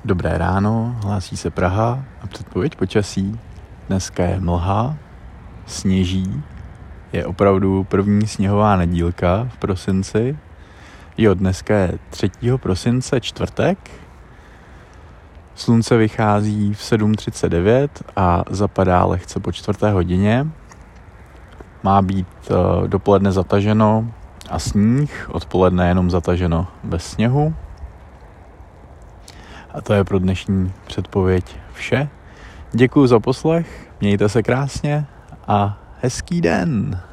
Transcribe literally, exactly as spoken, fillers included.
Dobré ráno, hlásí se Praha a předpověď počasí. Dneska je mlha, sněží, je opravdu první sněhová nedílka v prosinci. Jo, dneska je třetího prosince, čtvrtek. Slunce vychází v sedm třicet devět a zapadá lehce po čtvrté hodině. Má být uh, dopoledne zataženo a sníh, odpoledne jenom zataženo bez sněhu. A to je pro dnešní předpověď vše. Děkuju za poslech, mějte se krásně a hezký den.